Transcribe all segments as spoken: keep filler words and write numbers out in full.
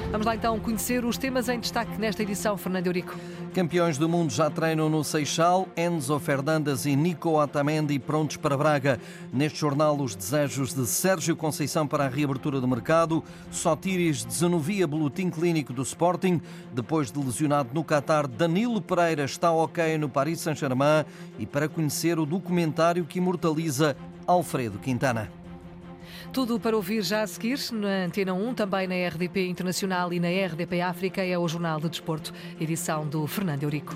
Vamos lá então conhecer os temas em destaque nesta edição, Fernando Eurico. Campeões do mundo já treinam no Seixal, Enzo Fernandes e Nico Otamendi prontos para Braga. Neste jornal, os desejos de Sérgio Conceição para a reabertura do mercado. Sotiris desanovia boletim clínico do Sporting. Depois de lesionado no Qatar, Danilo Pereira está ok no Paris Saint-Germain. E para conhecer o documentário que imortaliza Alfredo Quintana. Tudo para ouvir já a seguir na Antena um, também na R D P Internacional e na R D P África. É o Jornal de Desporto, edição do Fernando Eurico.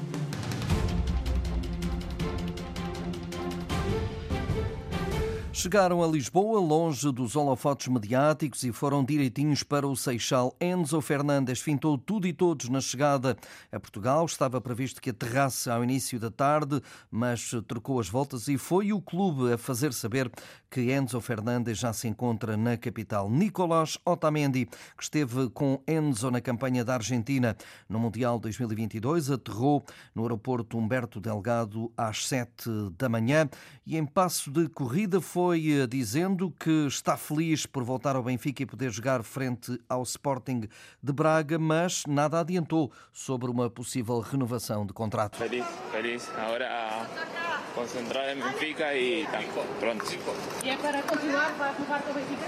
Chegaram a Lisboa, longe dos holofotes mediáticos, e foram direitinhos para o Seixal. Enzo Fernandes fintou tudo e todos na chegada a Portugal. Estava previsto que aterrasse ao início da tarde, mas trocou as voltas e foi o clube a fazer saber que Enzo Fernandes já se encontra na capital. Nicolás Otamendi, que esteve com Enzo na campanha da Argentina no Mundial dois mil e vinte e dois, aterrou no aeroporto Humberto Delgado às sete da manhã e em passo de corrida foi dizendo que está feliz por voltar ao Benfica e poder jogar frente ao Sporting de Braga, mas nada adiantou sobre uma possível renovação de contrato. Feliz, feliz. Agora a concentrar em Benfica e tá, pronto. E é para continuar, vai renovar com o Benfica?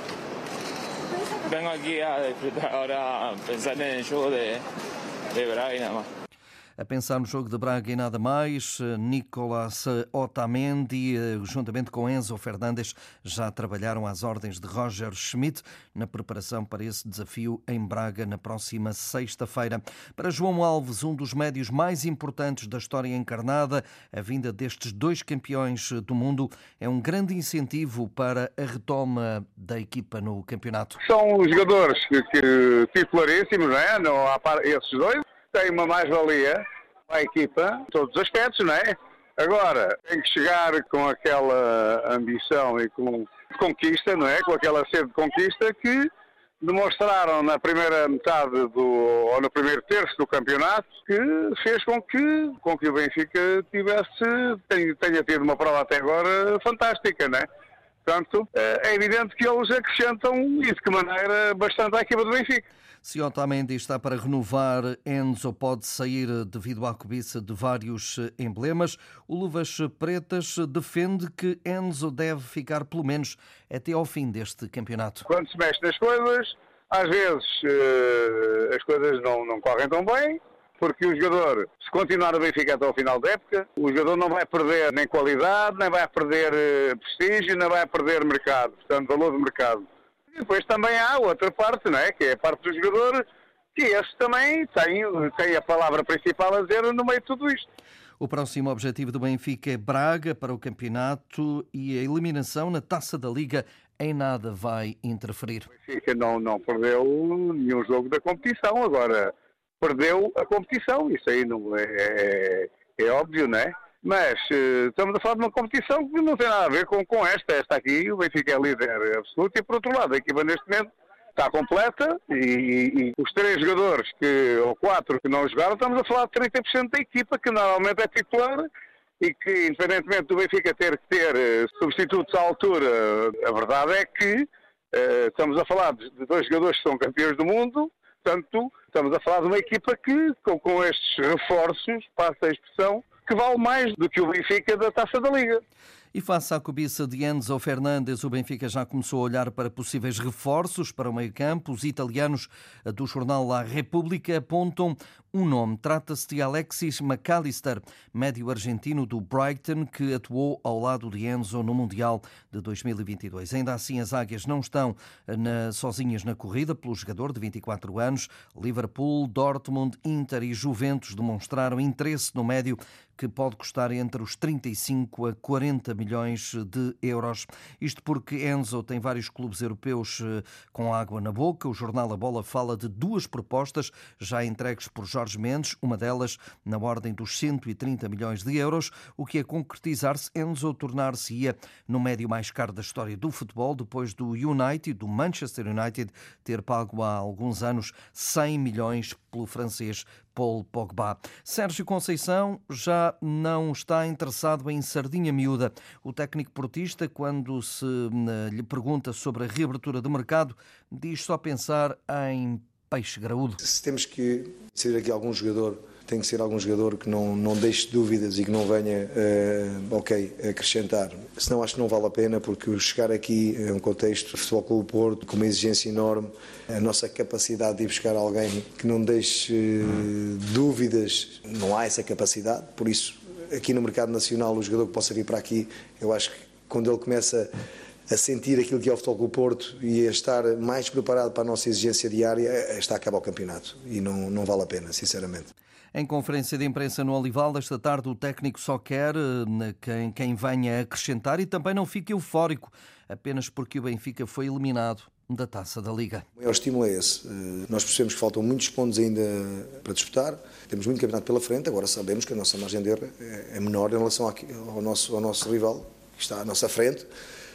Vengo aqui a disfrutar agora, a pensar no jogo de, de Braga e nada mais. A pensar no jogo de Braga e nada mais, Nicolás Otamendi, juntamente com Enzo Fernandes, já trabalharam às ordens de Roger Schmidt na preparação para esse desafio em Braga na próxima sexta-feira. Para João Alves, um dos médios mais importantes da história encarnada, a vinda destes dois campeões do mundo é um grande incentivo para a retoma da equipa no campeonato. São jogadores que, que, titularíssimos, não é? Não há par, esses dois. Tem uma mais-valia para a equipa, em todos os aspectos, não é? Agora, tem que chegar com aquela ambição e com conquista, não é? Com aquela sede de conquista que demonstraram na primeira metade do, ou no primeiro terço do campeonato, que fez com que, com que o Benfica tivesse, tenha, tenha tido uma prova até agora fantástica, não é? Portanto, é evidente que eles acrescentam, e de que maneira, bastante à equipa do Benfica. Se Otamendi está para renovar, Enzo pode sair devido à cobiça de vários emblemas. O Luvas Pretas defende que Enzo deve ficar pelo menos até ao fim deste campeonato. Quando se mexe nas coisas, às vezes as coisas não, não correm tão bem, porque o jogador, se continuar no Benfica até ao final da época, o jogador não vai perder nem qualidade, nem vai perder prestígio, nem vai perder mercado, portanto, valor de mercado. E depois também há outra parte, não é? Que é a parte do jogador, que esse também tem, tem a palavra principal a dizer no meio de tudo isto. O próximo objetivo do Benfica é Braga para o campeonato e a eliminação na Taça da Liga em nada vai interferir. O Benfica não, não perdeu nenhum jogo da competição, agora perdeu a competição, isso aí não é, é, é óbvio, não é? Mas uh, estamos a falar de uma competição que não tem nada a ver com, com esta. Esta aqui, o Benfica é líder absoluto e, por outro lado, a equipa neste momento está completa e, e, e os três jogadores, que, ou quatro que não jogaram, estamos a falar de trinta por cento da equipa, que normalmente é titular e que, independentemente do Benfica ter que ter uh, substitutos à altura, a verdade é que uh, estamos a falar de, de dois jogadores que são campeões do mundo. Portanto, estamos a falar de uma equipa que, com, com estes reforços, passa a expressão, que vale mais do que o Benfica da Taça da Liga. E face à cobiça de Enzo Fernandes, o Benfica já começou a olhar para possíveis reforços para o meio-campo. Os italianos do jornal La Repubblica apontam um nome. Trata-se de Alexis McAllister, médio argentino do Brighton, que atuou ao lado de Enzo no Mundial de dois mil e vinte e dois. Ainda assim, as águias não estão na, sozinhas na corrida pelo jogador de vinte e quatro anos. Liverpool, Dortmund, Inter e Juventus demonstraram interesse no médio, que pode custar entre os trinta e cinco a quarenta milhões de euros. Isto porque Enzo tem vários clubes europeus com água na boca. O jornal A Bola fala de duas propostas já entregues por Jorge Mendes, uma delas na ordem dos cento e trinta milhões de euros, o que a concretizar-se, Enzo tornar-se-ia no médio mais caro da história do futebol, depois do United, do Manchester United, ter pago há alguns anos cem milhões pelo francês Paul Pogba. Sérgio Conceição já não está interessado em sardinha miúda. O técnico portista, quando se lhe pergunta sobre a reabertura do mercado, diz só pensar em peixe graúdo. Se temos que ser aqui algum jogador, tem que ser algum jogador que não, não deixe dúvidas e que não venha, uh, ok, acrescentar. Senão acho que não vale a pena, porque chegar aqui é um contexto de Futebol Clube do Porto, com uma exigência enorme, a nossa capacidade de ir buscar alguém que não deixe uh, dúvidas, não há essa capacidade, por isso aqui no mercado nacional o jogador que possa vir para aqui, eu acho que quando ele começa a sentir aquilo que é o Futebol Clube do Porto e a estar mais preparado para a nossa exigência diária, está a acabar o campeonato e não, não vale a pena, sinceramente. Em conferência de imprensa no Olival, esta tarde, o técnico só quer quem, quem venha acrescentar e também não fica eufórico, apenas porque o Benfica foi eliminado da Taça da Liga. O maior estímulo é esse. Nós percebemos que faltam muitos pontos ainda para disputar, temos muito campeonato pela frente, agora sabemos que a nossa margem de erro é menor em relação ao nosso, ao nosso rival, que está à nossa frente,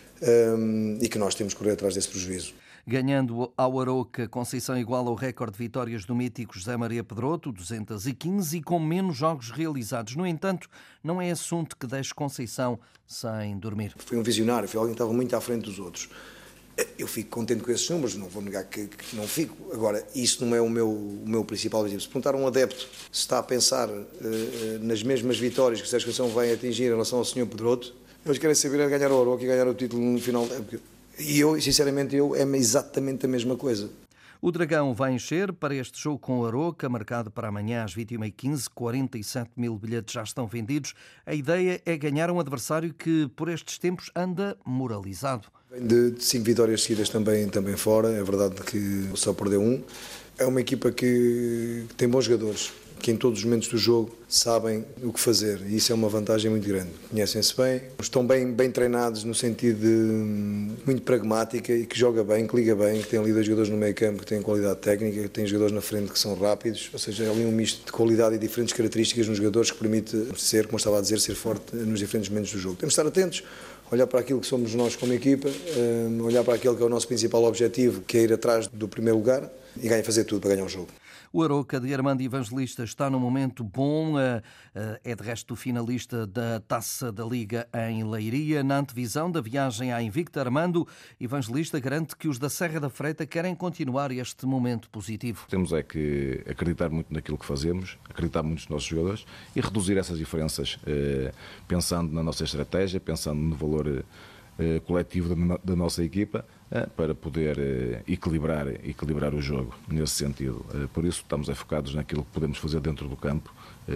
e que nós temos que correr atrás desse prejuízo. Ganhando ao Arouca, Conceição iguala o recorde de vitórias do mítico José Maria Pedroto, duzentos e quinze, e com menos jogos realizados. No entanto, não é assunto que deixe Conceição sem dormir. Foi um visionário, foi alguém que estava muito à frente dos outros. Eu fico contente com esses números, não vou negar que, que não fico. Agora, isso não é o meu, o meu principal objetivo. Se perguntar a um adepto se está a pensar uh, nas mesmas vitórias que o Sérgio Conceição vai atingir em relação ao senhor Pedroto, eles querem saber é ganhar o Arouca e ganhar o título no final da época. E eu, sinceramente, eu, é exatamente a mesma coisa. O Dragão vai encher para este jogo com o Arouca, marcado para amanhã às vinte e uma e quinze. quarenta e sete mil bilhetes já estão vendidos. A ideia é ganhar um adversário que, por estes tempos, anda moralizado. Vem de cinco vitórias seguidas também, também fora. É verdade que só perdeu um. É uma equipa que tem bons jogadores, que em todos os momentos do jogo sabem o que fazer, e isso é uma vantagem muito grande. Conhecem-se bem, estão bem, bem treinados no sentido de muito pragmática e que joga bem, que liga bem, que tem ali dois jogadores no meio campo que têm qualidade técnica, que têm jogadores na frente que são rápidos, ou seja, é ali um misto de qualidade e diferentes características nos jogadores que permite ser, como eu estava a dizer, ser forte nos diferentes momentos do jogo. Temos de estar atentos, olhar para aquilo que somos nós como equipa, olhar para aquele que é o nosso principal objetivo, que é ir atrás do primeiro lugar e ganhar, fazer tudo para ganhar o jogo. O Arouca de Armando Evangelista está num momento bom, é de resto finalista da Taça da Liga em Leiria. Na antevisão da viagem à Invicta, Armando Evangelista garante que os da Serra da Freita querem continuar este momento positivo. Temos é que acreditar muito naquilo que fazemos, acreditar muito nos nossos jogadores e reduzir essas diferenças, pensando na nossa estratégia, pensando no valor coletivo da nossa equipa, para poder equilibrar, equilibrar o jogo nesse sentido. Por isso estamos focados naquilo que podemos fazer dentro do campo,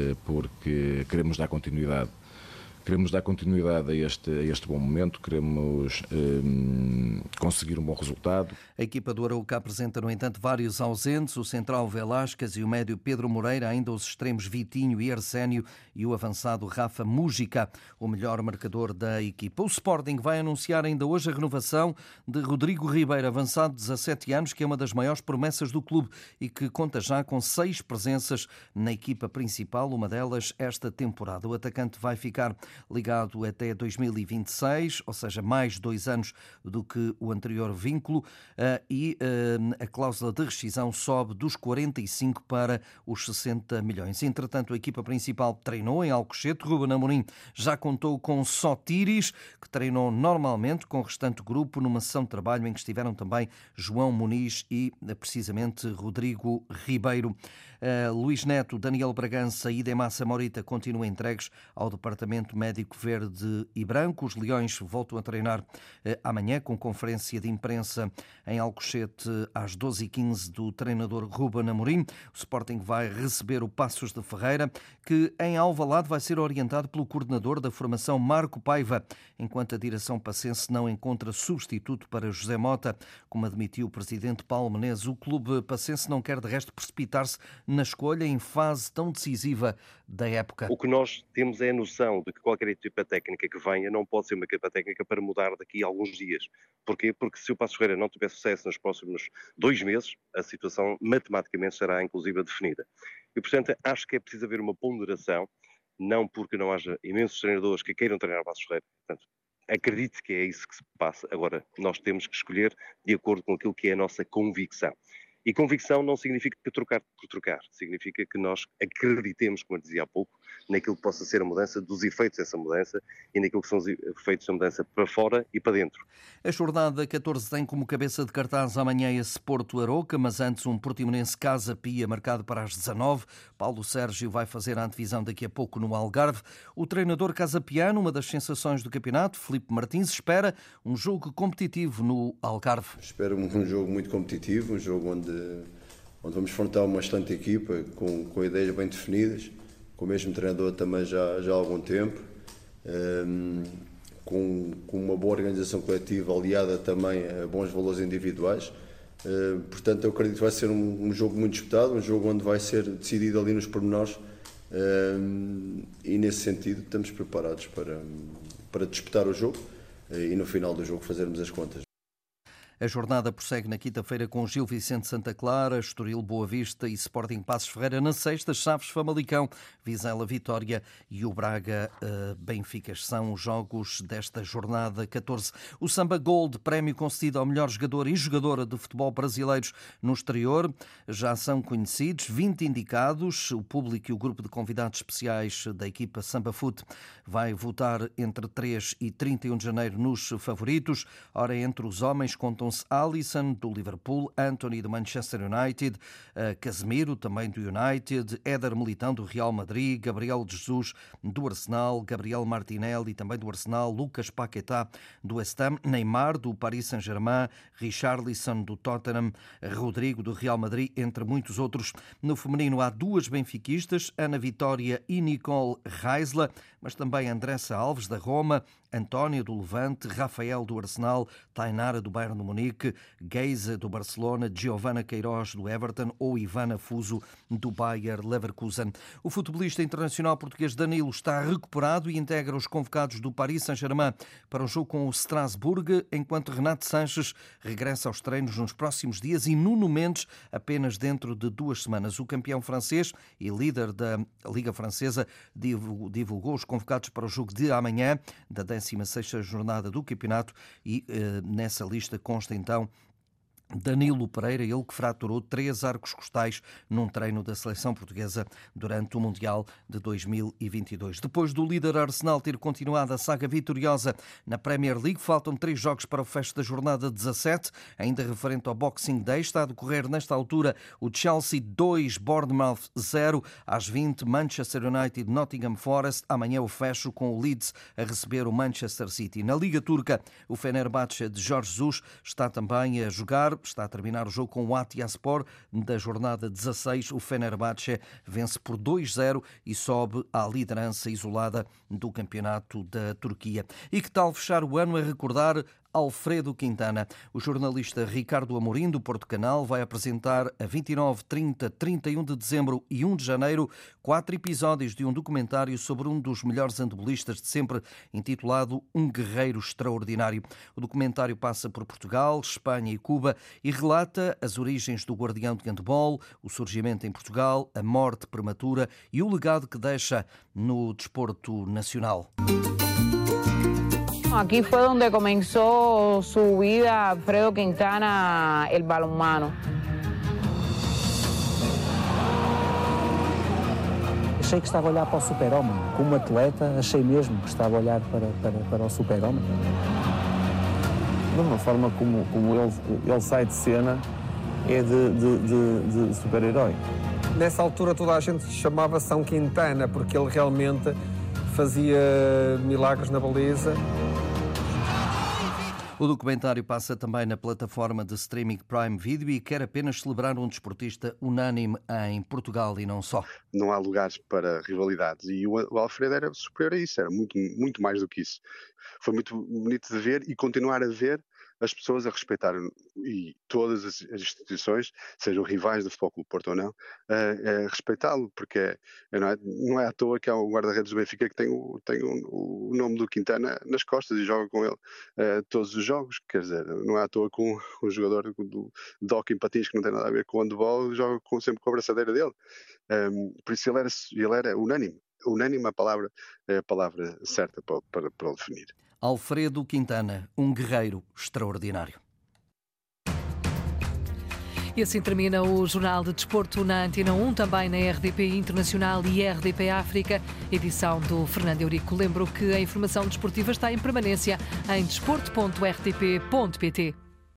porque queremos dar continuidade. Queremos dar continuidade a este, a este bom momento, queremos um, conseguir um bom resultado. A equipa do Arouca apresenta, no entanto, vários ausentes, o central Velasquez e o médio Pedro Moreira, ainda os extremos Vitinho e Arsénio e o avançado Rafa Mújica, o melhor marcador da equipa. O Sporting vai anunciar ainda hoje a renovação de Rodrigo Ribeiro, avançado de dezassete anos, que é uma das maiores promessas do clube e que conta já com seis presenças na equipa principal, uma delas esta temporada. O atacante vai ficar ligado até dois mil e vinte e seis, ou seja, mais dois anos do que o anterior vínculo, e a cláusula de rescisão sobe dos quarenta e cinco para os sessenta milhões. Entretanto, a equipa principal treinou em Alcochete. Ruben Amorim já contou com Sotiris, que treinou normalmente com o restante grupo numa sessão de trabalho em que estiveram também João Muniz e, precisamente, Rodrigo Ribeiro. Uh, Luís Neto, Daniel Bragança e Demassa Morita continuam entregues ao Departamento Médico Verde e Branco. Os Leões voltam a treinar uh, amanhã com conferência de imprensa em Alcochete às doze e quinze do treinador Ruben Amorim. O Sporting vai receber o Passos de Ferreira, que em Alvalade vai ser orientado pelo coordenador da formação Marco Paiva, enquanto a direção passense não encontra substituto para José Mota, como admitiu o presidente Paulo Menezes. O clube passense não quer de resto precipitar-se na escolha em fase tão decisiva da época. O que nós temos é a noção de que qualquer equipa técnica que venha não pode ser uma equipa técnica para mudar daqui a alguns dias. Porquê? Porque se o Passos Ferreira não tiver sucesso nos próximos dois meses, a situação matematicamente será inclusive definida. E, portanto, acho que é preciso haver uma ponderação, não porque não haja imensos treinadores que queiram treinar o Passos Ferreira. Portanto, acredito que é isso que se passa. Agora, nós temos que escolher de acordo com aquilo que é a nossa convicção. E convicção não significa trocar por trocar, significa que nós acreditemos, como eu dizia há pouco, naquilo que possa ser a mudança, dos efeitos dessa mudança e naquilo que são os efeitos da mudança para fora e para dentro. A jornada catorze tem como cabeça de cartaz amanhã esse Porto Aroca, mas antes um Portimonense Casa Pia marcado para as dezanove. Paulo Sérgio vai fazer a antevisão daqui a pouco no Algarve. O treinador casapiano, uma das sensações do campeonato, Filipe Martins, espera um jogo competitivo no Algarve. Espero um jogo muito competitivo, um jogo onde, onde vamos enfrentar uma excelente equipa, com, com ideias bem definidas, com o mesmo treinador também já, já há algum tempo, um, com, com uma boa organização coletiva aliada também a bons valores individuais. Uh, portanto, eu acredito que vai ser um, um jogo muito disputado, um jogo onde vai ser decidido ali nos pormenores, um, e nesse sentido estamos preparados para, para disputar o jogo uh, e no final do jogo fazermos as contas. A jornada prossegue na quinta-feira com Gil Vicente Santa Clara, Estoril Boa Vista e Sporting Passos Ferreira. Na sexta, Chaves Famalicão, Vizela Vitória e o Braga uh, Benfica. São os jogos desta jornada catorze. O Samba Gold, prémio concedido ao melhor jogador e jogadora de futebol brasileiros no exterior, já são conhecidos. vinte indicados. O público e o grupo de convidados especiais da equipa Samba Foot vai votar entre três e trinta e um de janeiro nos favoritos. Ora, entre os homens contam-se Alisson, do Liverpool, Antony, do Manchester United, Casemiro, também do United, Éder Militão, do Real Madrid, Gabriel Jesus, do Arsenal, Gabriel Martinelli, também do Arsenal, Lucas Paquetá, do West Ham, Neymar, do Paris Saint-Germain, Richarlison, do Tottenham, Rodrigo, do Real Madrid, entre muitos outros. No feminino há duas benfiquistas, Ana Vitória e Nicole Reisler, mas também Andressa Alves, da Roma, Antónia, do Levante, Rafael, do Arsenal, Tainara, do Bayern de Munique, Geisa, do Barcelona, Giovanna Queiroz, do Everton ou Ivana Fuso, do Bayer Leverkusen. O futebolista internacional português Danilo está recuperado e integra os convocados do Paris Saint-Germain para um jogo com o Strasbourg, enquanto Renato Sanches regressa aos treinos nos próximos dias e Nuno Mendes apenas dentro de duas semanas. O campeão francês e líder da Liga Francesa divulgou os convocados para o jogo de amanhã, da décima sexta jornada do campeonato, e eh, nessa lista consta então Danilo Pereira, ele que fraturou três arcos costais num treino da seleção portuguesa durante o Mundial de dois mil e vinte e dois. Depois do líder Arsenal ter continuado a saga vitoriosa na Premier League, faltam três jogos para o fecho da jornada dezassete. Ainda referente ao Boxing Day, está a decorrer nesta altura o Chelsea dois, Bournemouth zero, às vinte, Manchester United, Nottingham Forest. Amanhã o fecho com o Leeds a receber o Manchester City. Na Liga Turca, o Fenerbahçe de Jorge Jesus está também a jogar. Está a terminar o jogo com o Atyaspor. Da jornada dezasseis, o Fenerbahçe vence por dois zero e sobe à liderança isolada do campeonato da Turquia. E que tal fechar o ano a recordar Alfredo Quintana? O jornalista Ricardo Amorim, do Porto Canal, vai apresentar a vinte e nove, trinta, trinta e um de dezembro e um de janeiro quatro episódios de um documentário sobre um dos melhores handebolistas de sempre, intitulado Um Guerreiro Extraordinário. O documentário passa por Portugal, Espanha e Cuba e relata as origens do guardião de handebol, o surgimento em Portugal, a morte prematura e o legado que deixa no desporto nacional. Aquí fue donde comenzó su vida Alfredo Quintana, el balonmano. Achei que estava a olhar para o super-homem. Como atleta, achei mesmo que estava a olhar para, para, para o super-homem. De uma forma como, como ele, ele sai de cena, é de, de, de, de super-herói. Nessa altura toda a gente chamava São Quintana, porque ele realmente fazia milagres na baliza. O documentário passa também na plataforma de streaming Prime Video e quer apenas celebrar um desportista unânime em Portugal e não só. Não há lugares para rivalidades e o Alfredo era superior a isso, era muito, muito mais do que isso. Foi muito bonito de ver e continuar a ver as pessoas a respeitarem, e todas as instituições, sejam rivais do Futebol Clube Porto ou não, a, a respeitá-lo, porque é, não, é, não é à toa que há um guarda-redes do Benfica que tem, o, tem o, o nome do Quintana nas costas e joga com ele uh, todos os jogos. Quer dizer, não é à toa que um, um jogador do, do hockey em patins, que não tem nada a ver com o handball, joga com, sempre com a braçadeira dele. Um, por isso ele era, ele era unânime. Unânime a palavra, é a palavra certa para, para, para o definir. Alfredo Quintana, um guerreiro extraordinário. E assim termina o Jornal de Desporto na Antena um, também na R D P Internacional e R D P África, edição do Fernando Eurico. Lembro que a informação desportiva está em permanência em desporto ponto r t p ponto p t.